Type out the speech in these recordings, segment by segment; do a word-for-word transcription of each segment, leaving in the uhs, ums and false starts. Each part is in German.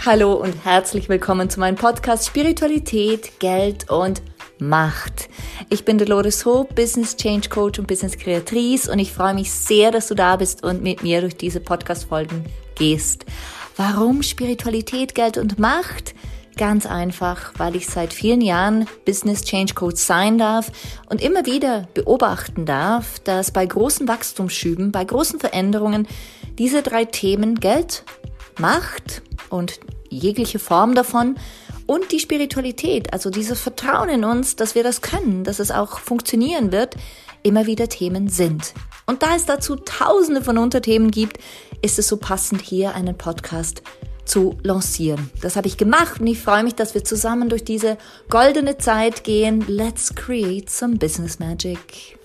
Hallo und herzlich willkommen zu meinem Podcast Spiritualität, Geld und Macht. Ich bin Dolores Ho, Business Change Coach und Business Kreatrice und ich freue mich sehr, dass du da bist und mit mir durch diese Podcast-Folgen gehst. Warum Spiritualität, Geld und Macht? Ganz einfach, weil ich seit vielen Jahren Business Change Coach sein darf und immer wieder beobachten darf, dass bei großen Wachstumsschüben, bei großen Veränderungen diese drei Themen Geld, Macht und jegliche Form davon und die Spiritualität, also dieses Vertrauen in uns, dass wir das können, dass es auch funktionieren wird, immer wieder Themen sind. Und da es dazu tausende von Unterthemen gibt, ist es so passend, hier einen Podcast zu lancieren. Das habe ich gemacht und ich freue mich, dass wir zusammen durch diese goldene Zeit gehen. Let's create some business magic.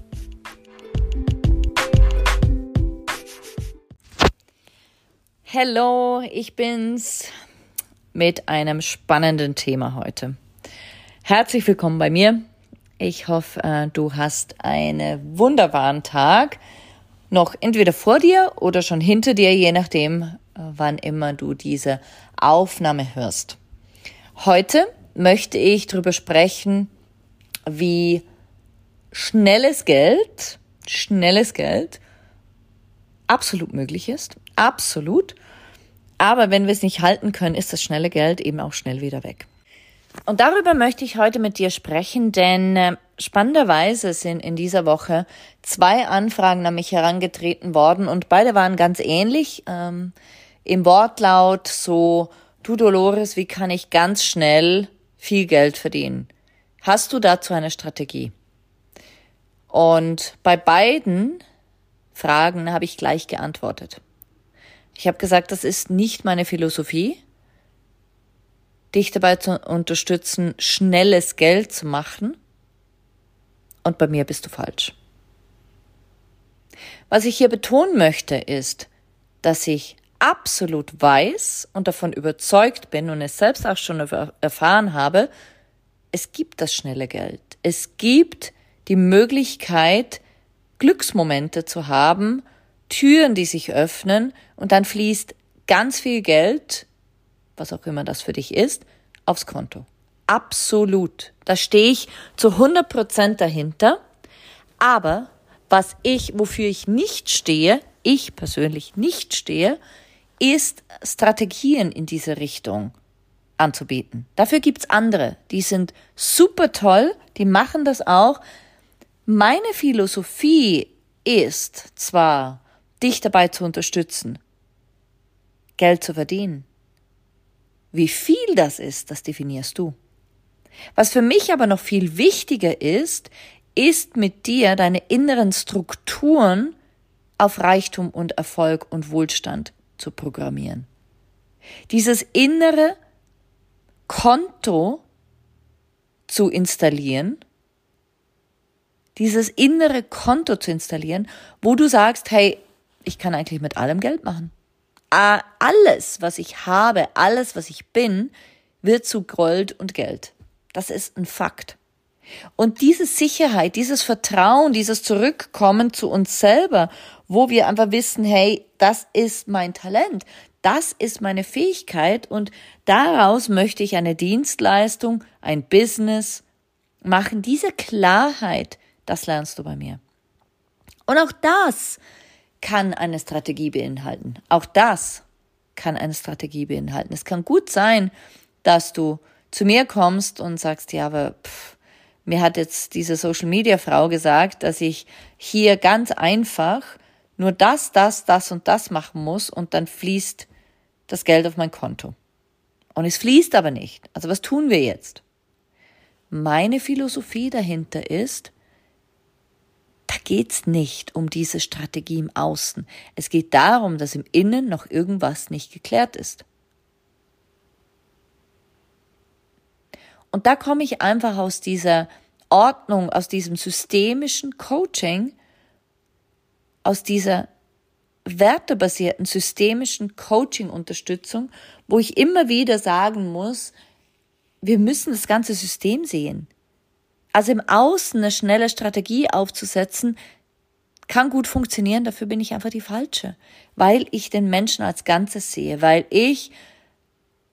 Hallo, ich bin's mit einem spannenden Thema heute. Herzlich willkommen bei mir. Ich hoffe, du hast einen wunderbaren Tag noch entweder vor dir oder schon hinter dir, je nachdem, wann immer du diese Aufnahme hörst. Heute möchte ich darüber sprechen, wie schnelles Geld, schnelles Geld absolut möglich ist. Absolut. Aber wenn wir es nicht halten können, ist das schnelle Geld eben auch schnell wieder weg. Und darüber möchte ich heute mit dir sprechen, denn äh, spannenderweise sind in dieser Woche zwei Anfragen an mich herangetreten worden und beide waren ganz ähnlich. Ähm, im Wortlaut so, du Dolores, wie kann ich ganz schnell viel Geld verdienen? Hast du dazu eine Strategie? Und bei beiden Fragen habe ich gleich geantwortet. Ich habe gesagt, das ist nicht meine Philosophie, dich dabei zu unterstützen, schnelles Geld zu machen. Und bei mir bist du falsch. Was ich hier betonen möchte, ist, dass ich absolut weiß und davon überzeugt bin und es selbst auch schon erfahren habe, es gibt das schnelle Geld. Es gibt die Möglichkeit, Glücksmomente zu haben, Türen, die sich öffnen und dann fließt ganz viel Geld, was auch immer das für dich ist, aufs Konto. Absolut. Da stehe ich zu hundert Prozent dahinter. Aber was ich, wofür ich nicht stehe, ich persönlich nicht stehe, ist Strategien in diese Richtung anzubieten. Dafür gibt's andere. Die sind super toll, die machen das auch. Meine Philosophie ist zwar, dich dabei zu unterstützen, Geld zu verdienen. Wie viel das ist, das definierst du. Was für mich aber noch viel wichtiger ist, ist mit dir deine inneren Strukturen auf Reichtum und Erfolg und Wohlstand zu programmieren. Dieses innere Konto zu installieren, dieses innere Konto zu installieren, wo du sagst, hey, ich kann eigentlich mit allem Geld machen. Alles, was ich habe, alles, was ich bin, wird zu Gold und Geld. Das ist ein Fakt. Und diese Sicherheit, dieses Vertrauen, dieses Zurückkommen zu uns selber, wo wir einfach wissen, hey, das ist mein Talent, das ist meine Fähigkeit und daraus möchte ich eine Dienstleistung, ein Business machen. Diese Klarheit, das lernst du bei mir. Und auch das kann eine Strategie beinhalten. Auch das kann eine Strategie beinhalten. Es kann gut sein, dass du zu mir kommst und sagst, ja, aber pff, mir hat jetzt diese Social-Media-Frau gesagt, dass ich hier ganz einfach nur das, das, das und das machen muss und dann fließt das Geld auf mein Konto. Und es fließt aber nicht. Also was tun wir jetzt? Meine Philosophie dahinter ist, da geht's nicht um diese Strategie im Außen. Es geht darum, dass im Innen noch irgendwas nicht geklärt ist. Und da komme ich einfach aus dieser Ordnung, aus diesem systemischen Coaching, aus dieser wertebasierten systemischen Coaching-Unterstützung, wo ich immer wieder sagen muss, wir müssen das ganze System sehen. Also im Außen eine schnelle Strategie aufzusetzen, kann gut funktionieren, dafür bin ich einfach die Falsche. Weil ich den Menschen als Ganzes sehe, weil ich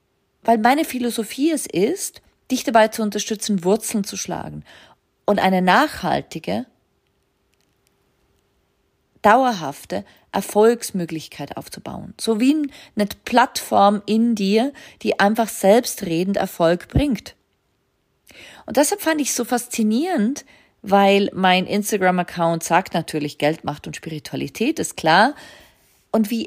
weil meine Philosophie es ist, dich dabei zu unterstützen, Wurzeln zu schlagen und eine nachhaltige, dauerhafte Erfolgsmöglichkeit aufzubauen. So wie eine Plattform in dir, die einfach selbstredend Erfolg bringt. Und deshalb fand ich es so faszinierend, weil mein Instagram-Account sagt natürlich, Geld, Macht und Spiritualität, ist klar. Und wie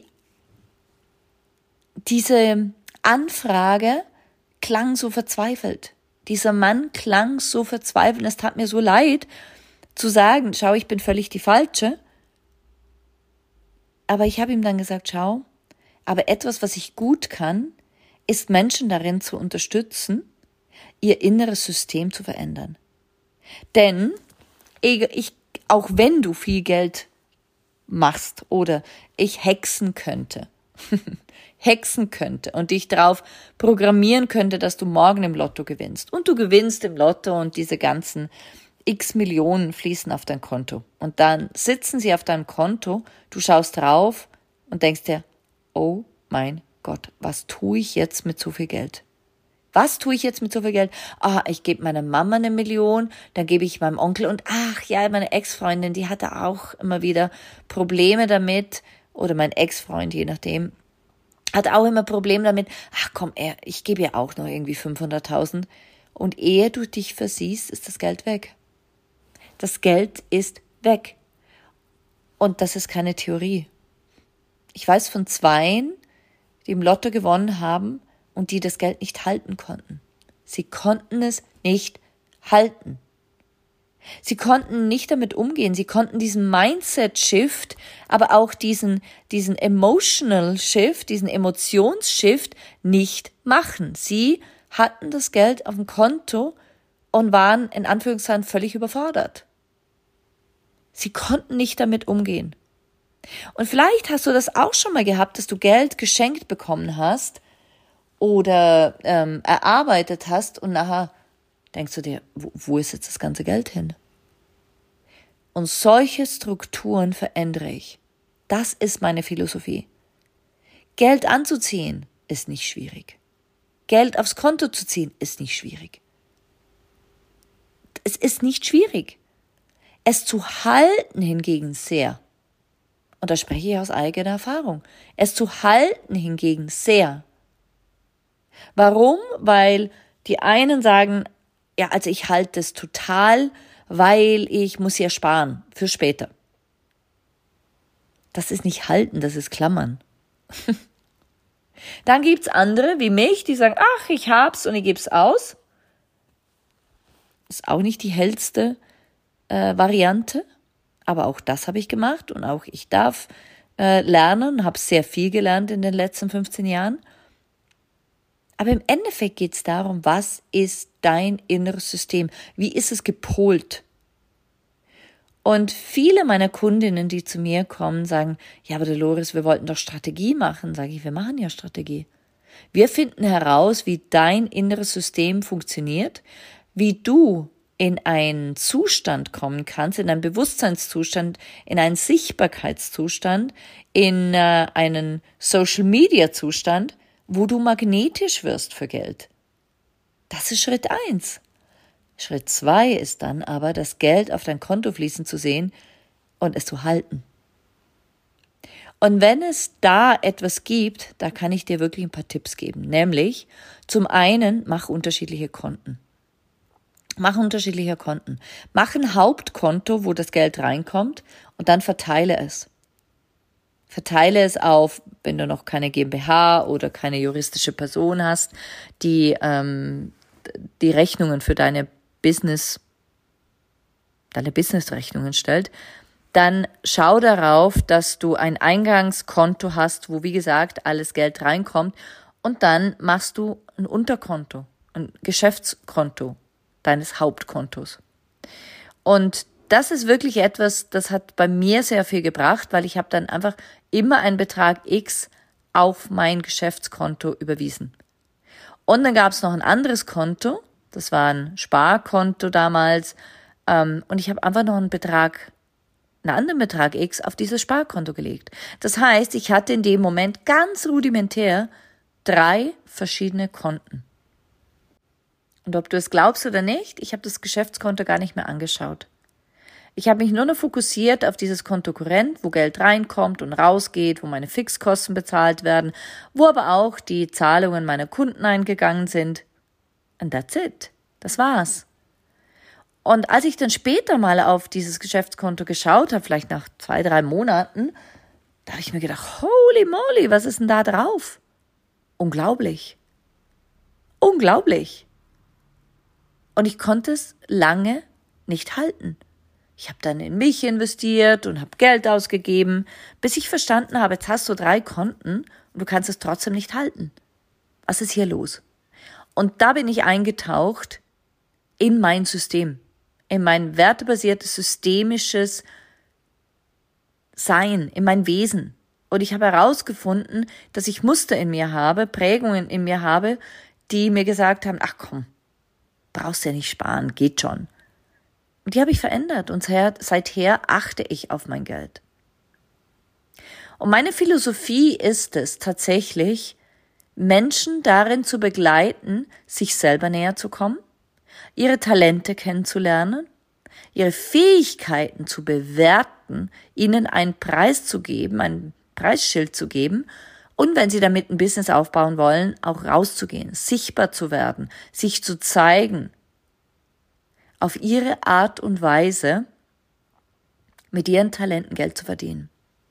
diese Anfrage klang so verzweifelt. Dieser Mann klang so verzweifelt. Es tat mir so leid zu sagen, schau, ich bin völlig die Falsche. Aber ich habe ihm dann gesagt, schau, aber etwas, was ich gut kann, ist Menschen darin zu unterstützen, ihr inneres System zu verändern. Denn ich, auch wenn du viel Geld machst oder ich hexen könnte, hexen könnte und dich darauf programmieren könnte, dass du morgen im Lotto gewinnst und du gewinnst im Lotto und diese ganzen x Millionen fließen auf dein Konto und dann sitzen sie auf deinem Konto, du schaust drauf und denkst dir, oh mein Gott, was tue ich jetzt mit so viel Geld? Was tue ich jetzt mit so viel Geld? Ah, ich gebe meiner Mama eine Million, dann gebe ich meinem Onkel und ach ja, meine Ex-Freundin, die hatte auch immer wieder Probleme damit oder mein Ex-Freund, je nachdem, hat auch immer Probleme damit. Ach komm, ich gebe ja auch noch irgendwie fünfhunderttausend und ehe du dich versiehst, ist das Geld weg. Das Geld ist weg. Und das ist keine Theorie. Ich weiß von Zweien, die im Lotto gewonnen haben und die das Geld nicht halten konnten. Sie konnten es nicht halten. Sie konnten nicht damit umgehen. Sie konnten diesen Mindset-Shift, aber auch diesen, diesen Emotional-Shift, diesen Emotions-Shift nicht machen. Sie hatten das Geld auf dem Konto und waren in Anführungszeichen völlig überfordert. Sie konnten nicht damit umgehen. Und vielleicht hast du das auch schon mal gehabt, dass du Geld geschenkt bekommen hast oder ähm, erarbeitet hast und nachher denkst du dir, wo, wo ist jetzt das ganze Geld hin? Und solche Strukturen verändere ich. Das ist meine Philosophie. Geld anzuziehen ist nicht schwierig. Geld aufs Konto zu ziehen ist nicht schwierig. Es ist nicht schwierig. Es zu halten hingegen sehr. Und da spreche ich aus eigener Erfahrung. Es zu halten hingegen sehr. Warum? Weil die einen sagen, ja, also ich halte es total, weil ich muss ja sparen für später. Das ist nicht halten, das ist klammern. Dann gibt's andere wie mich, die sagen, ach, ich hab's und ich geb's aus. Ist auch nicht die hellste äh, Variante, aber auch das habe ich gemacht und auch ich darf äh, lernen, habe sehr viel gelernt in den letzten fünfzehn Jahren. Aber im Endeffekt geht es darum, was ist dein inneres System? Wie ist es gepolt? Und viele meiner Kundinnen, die zu mir kommen, sagen, ja, aber Dolores, wir wollten doch Strategie machen. Sage ich, wir machen ja Strategie. Wir finden heraus, wie dein inneres System funktioniert, wie du in einen Zustand kommen kannst, in einen Bewusstseinszustand, in einen Sichtbarkeitszustand, in äh, einen Social-Media-Zustand, wo du magnetisch wirst für Geld. Das ist Schritt eins. Schritt zwei ist dann aber, das Geld auf dein Konto fließen zu sehen und es zu halten. Und wenn es da etwas gibt, da kann ich dir wirklich ein paar Tipps geben. Nämlich, zum einen, mach unterschiedliche Konten. Mach unterschiedliche Konten. Mach ein Hauptkonto, wo das Geld reinkommt und dann verteile es. Verteile es auf, wenn du noch keine GmbH oder keine juristische Person hast, die ähm, die Rechnungen für deine Business, deine Business-Rechnungen stellt, dann schau darauf, dass du ein Eingangskonto hast, wo, wie gesagt, alles Geld reinkommt und dann machst du ein Unterkonto, ein Geschäftskonto deines Hauptkontos. Und das ist wirklich etwas, das hat bei mir sehr viel gebracht, weil ich habe dann einfach immer einen Betrag X auf mein Geschäftskonto überwiesen. Und dann gab es noch ein anderes Konto, das war ein Sparkonto damals, ähm, und ich habe einfach noch einen Betrag, einen anderen Betrag X auf dieses Sparkonto gelegt. Das heißt, ich hatte in dem Moment ganz rudimentär drei verschiedene Konten. Und ob du es glaubst oder nicht, ich habe das Geschäftskonto gar nicht mehr angeschaut. Ich habe mich nur noch fokussiert auf dieses Konto Kurrent, wo Geld reinkommt und rausgeht, wo meine Fixkosten bezahlt werden, wo aber auch die Zahlungen meiner Kunden eingegangen sind. And that's it. Das war's. Und als ich dann später mal auf dieses Geschäftskonto geschaut habe, vielleicht nach zwei, drei Monaten, da habe ich mir gedacht, holy moly, was ist denn da drauf? Unglaublich. Unglaublich. Und ich konnte es lange nicht halten. Ich habe dann in mich investiert und habe Geld ausgegeben, bis ich verstanden habe, jetzt hast du drei Konten und du kannst es trotzdem nicht halten. Was ist hier los? Und da bin ich eingetaucht in mein System, in mein wertebasiertes, systemisches Sein, in mein Wesen. Und ich habe herausgefunden, dass ich Muster in mir habe, Prägungen in mir habe, die mir gesagt haben, ach komm, brauchst ja nicht sparen, geht schon. Und die habe ich verändert und seither achte ich auf mein Geld. Und meine Philosophie ist es tatsächlich, Menschen darin zu begleiten, sich selber näher zu kommen, ihre Talente kennenzulernen, ihre Fähigkeiten zu bewerten, ihnen einen Preis zu geben, ein Preisschild zu geben und wenn sie damit ein Business aufbauen wollen, auch rauszugehen, sichtbar zu werden, sich zu zeigen, auf ihre Art und Weise mit ihren Talenten Geld zu verdienen.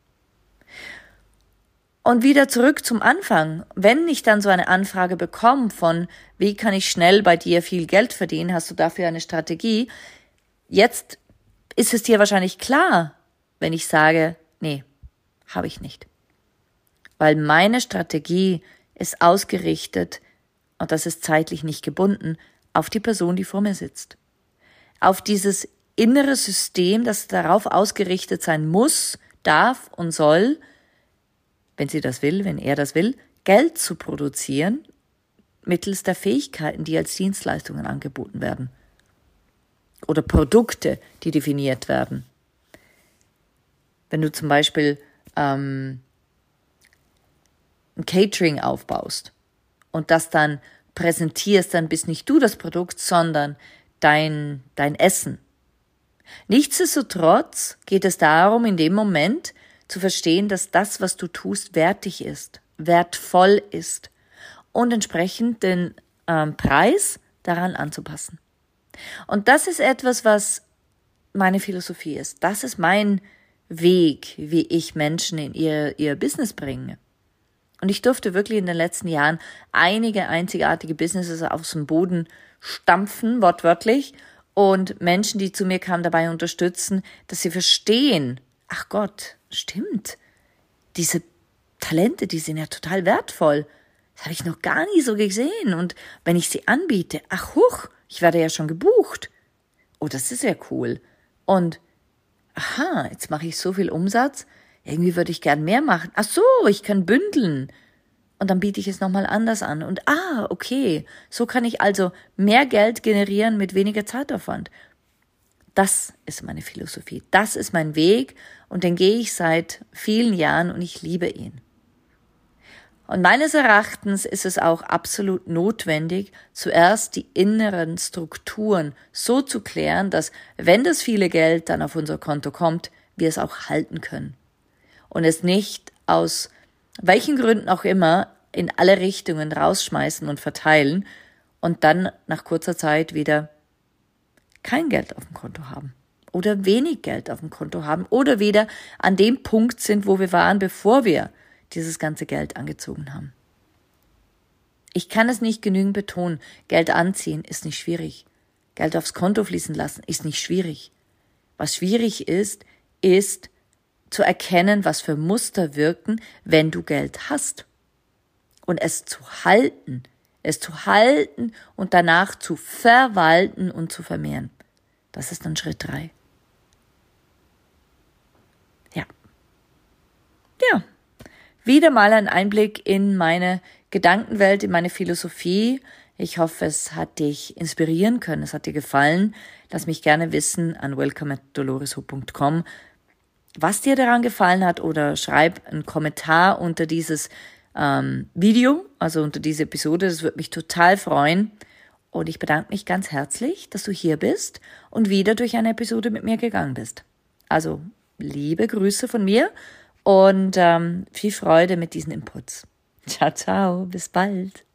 Und wieder zurück zum Anfang. Wenn ich dann so eine Anfrage bekomme von, wie kann ich schnell bei dir viel Geld verdienen, hast du dafür eine Strategie? Jetzt ist es dir wahrscheinlich klar, wenn ich sage, nee, habe ich nicht. Weil meine Strategie ist ausgerichtet, und das ist zeitlich nicht gebunden, auf die Person, die vor mir sitzt. Auf dieses innere System, das darauf ausgerichtet sein muss, darf und soll, wenn sie das will, wenn er das will, Geld zu produzieren, mittels der Fähigkeiten, die als Dienstleistungen angeboten werden. Oder Produkte, die definiert werden. Wenn du zum Beispiel ähm, ein Catering aufbaust und das dann präsentierst, dann bist nicht du das Produkt, sondern dein, dein Essen. Nichtsdestotrotz geht es darum, in dem Moment zu verstehen, dass das, was du tust, wertig ist, wertvoll ist und entsprechend den ähm, Preis daran anzupassen. Und das ist etwas, was meine Philosophie ist. Das ist mein Weg, wie ich Menschen in ihr, ihr Business bringe. Und ich durfte wirklich in den letzten Jahren einige einzigartige Businesses aus dem Boden stampfen, wortwörtlich, und Menschen, die zu mir kamen, dabei unterstützen, dass sie verstehen, ach Gott, stimmt, diese Talente, die sind ja total wertvoll. Das habe ich noch gar nie so gesehen. Und wenn ich sie anbiete, ach huch, ich werde ja schon gebucht. Oh, das ist ja cool. Und aha, jetzt mache ich so viel Umsatz, irgendwie würde ich gern mehr machen. Ach so, ich kann bündeln. Und dann biete ich es nochmal anders an. Und ah, okay, so kann ich also mehr Geld generieren mit weniger Zeitaufwand. Das ist meine Philosophie. Das ist mein Weg und den gehe ich seit vielen Jahren und ich liebe ihn. Und meines Erachtens ist es auch absolut notwendig, zuerst die inneren Strukturen so zu klären, dass, wenn das viele Geld dann auf unser Konto kommt, wir es auch halten können. Und es nicht aus welchen Gründen auch immer in alle Richtungen rausschmeißen und verteilen und dann nach kurzer Zeit wieder kein Geld auf dem Konto haben oder wenig Geld auf dem Konto haben oder wieder an dem Punkt sind, wo wir waren, bevor wir dieses ganze Geld angezogen haben. Ich kann es nicht genügend betonen, Geld anziehen ist nicht schwierig. Geld aufs Konto fließen lassen ist nicht schwierig. Was schwierig ist, ist zu erkennen, was für Muster wirken, wenn du Geld hast. Und es zu halten, es zu halten und danach zu verwalten und zu vermehren. Das ist dann Schritt drei. Ja. Ja. Wieder mal ein Einblick in meine Gedankenwelt, in meine Philosophie. Ich hoffe, es hat dich inspirieren können, es hat dir gefallen. Lass mich gerne wissen an welcome at dolores hu punkt com, was dir daran gefallen hat, oder schreib einen Kommentar unter dieses ähm, Video, also unter diese Episode. Das würde mich total freuen. Und ich bedanke mich ganz herzlich, dass du hier bist und wieder durch eine Episode mit mir gegangen bist. Also liebe Grüße von mir und ähm, viel Freude mit diesen Inputs. Ciao, ciao, bis bald.